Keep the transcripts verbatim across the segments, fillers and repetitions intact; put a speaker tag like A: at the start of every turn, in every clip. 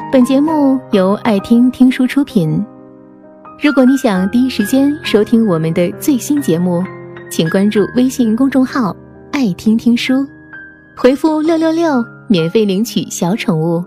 A: 本节目由爱听听书出品。如果你想第一时间收听我们的最新节目，请关注微信公众号爱听听书，回复六六六免费领取小宠物。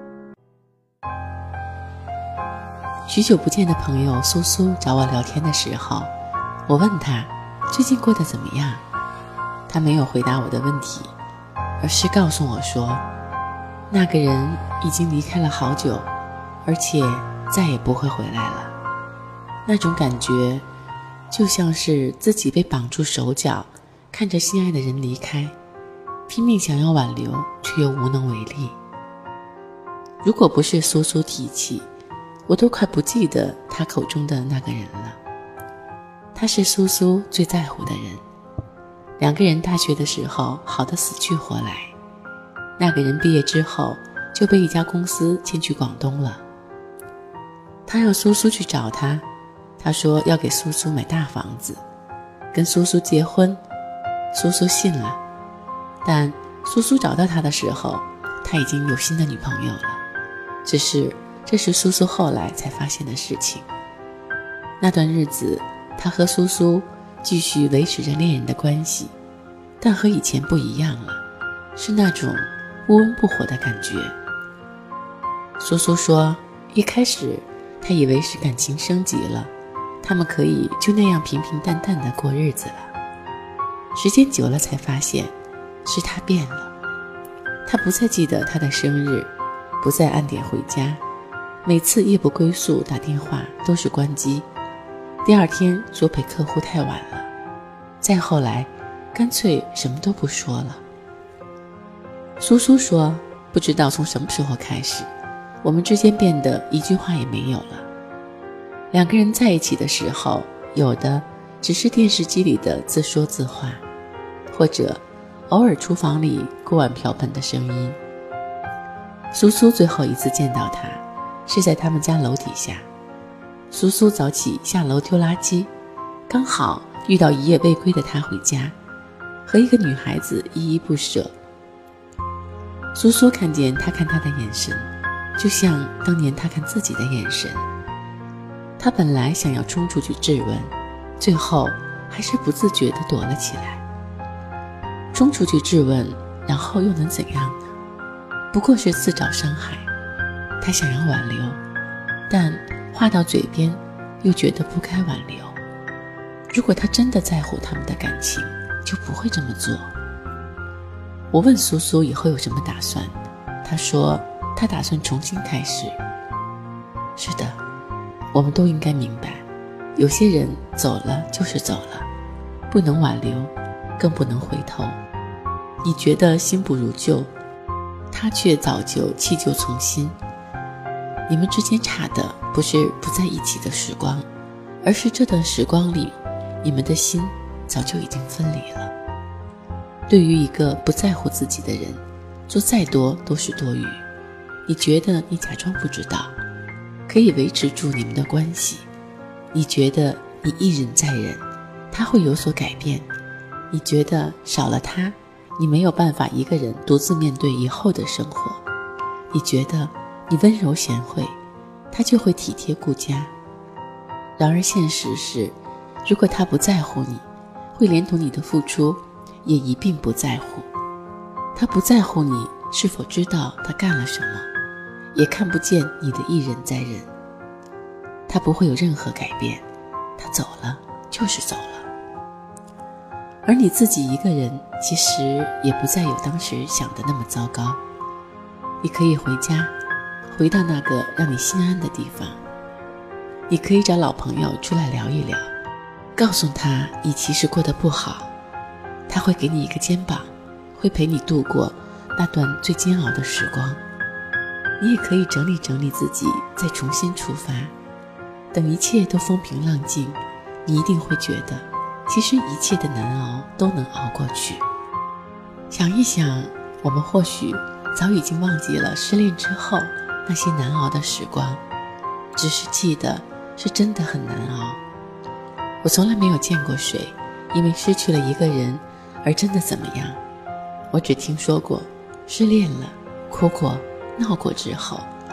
B: 许久不见的朋友苏苏找我聊天的时候，我问他最近过得怎么样。他没有回答我的问题，而是告诉我说，那个人已经离开了好久，而且再也不会回来了。那种感觉就像是自己被绑住手脚，看着心爱的人离开，拼命想要挽留，却又无能为力。如果不是苏苏提起，我都快不记得他口中的那个人了。他是苏苏最在乎的人，两个人大学的时候好得死去活来，那个人毕业之后就被一家公司迁去广东了。他让苏苏去找他，他说要给苏苏买大房子，跟苏苏结婚。苏苏信了，但苏苏找到他的时候，他已经有新的女朋友了，只是这是苏苏后来才发现的事情。那段日子他和苏苏继续维持着恋人的关系，但和以前不一样了，是那种不温不火的感觉。苏苏说，一开始他以为是感情升级了，他们可以就那样平平淡淡的过日子了。时间久了才发现，是他变了。他不再记得他的生日，不再按点回家，每次夜不归宿打电话都是关机，第二天说陪客户太晚了，再后来干脆什么都不说了。苏苏说，不知道从什么时候开始，我们之间变得一句话也没有了。两个人在一起的时候，有的只是电视机里的自说自话，或者偶尔厨房里锅碗瓢盆的声音。苏苏最后一次见到他是在他们家楼底下，苏苏早起下楼丢垃圾，刚好遇到一夜未归的他回家，和一个女孩子依依不舍。苏苏看见他看他的眼神，就像当年他看自己的眼神。他本来想要冲出去质问，最后还是不自觉地躲了起来。冲出去质问，然后又能怎样呢？不过是自找伤害。他想要挽留，但话到嘴边又觉得不该挽留。如果他真的在乎他们的感情，就不会这么做。我问苏苏以后有什么打算，他说他打算重新开始。是的，我们都应该明白，有些人走了就是走了，不能挽留，更不能回头。你觉得新不如旧，他却早就弃旧从新。你们之间差的不是不在一起的时光，而是这段时光里，你们的心早就已经分离了。对于一个不在乎自己的人，做再多都是多余。你觉得你假装不知道，可以维持住你们的关系。你觉得你一忍再忍，他会有所改变。你觉得少了他，你没有办法一个人独自面对以后的生活。你觉得你温柔贤惠，他就会体贴顾家。然而现实是，如果他不在乎你，会连同你的付出也一并不在乎。他不在乎你是否知道他干了什么，也看不见你的一忍再忍。他不会有任何改变，他走了就是走了。而你自己一个人其实也不再有当时想的那么糟糕。你可以回家，回到那个让你心安的地方。你可以找老朋友出来聊一聊，告诉他你其实过得不好，他会给你一个肩膀，会陪你度过那段最煎熬的时光。你也可以整理整理自己，再重新出发。等一切都风平浪静，你一定会觉得其实一切的难熬都能熬过去。想一想，我们或许早已经忘记了失恋之后那些难熬的时光，只是记得是真的很难熬。我从来没有见过谁因为失去了一个人而真的怎么样。我只听说过失恋了、哭过、闹过之后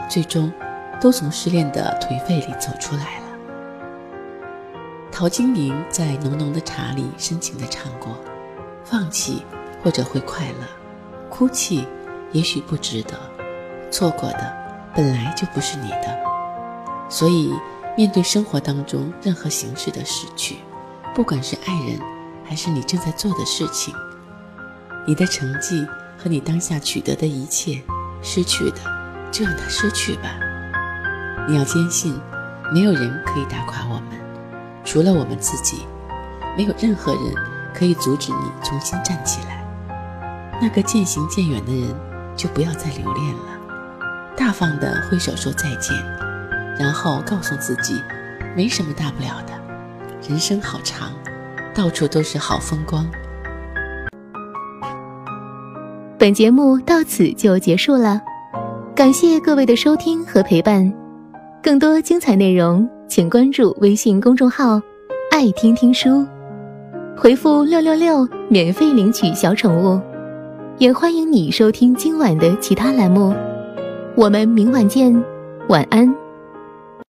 B: 最终都从失恋的颓废里走出来了。陶晶莹在《浓浓的茶》里深情地唱过，放弃或者会快乐，哭泣也许不值得，错过的本来就不是你的。所以面对生活当中任何形式的失去，不管是爱人还是你正在做的事情，你的成绩和你当下取得的一切，失去的就让它失去吧。你要坚信，没有人可以打垮我们，除了我们自己，没有任何人可以阻止你重新站起来。那个渐行渐远的人，就不要再留恋了，大方地挥手说再见，然后告诉自己，没什么大不了的，人生好长，到处都是好风光。
A: 本节目到此就结束了，感谢各位的收听和陪伴。更多精彩内容，请关注微信公众号“爱听听书”，回复六六六免费领取小宠物。也欢迎你收听今晚的其他栏目。我们明晚见，晚安。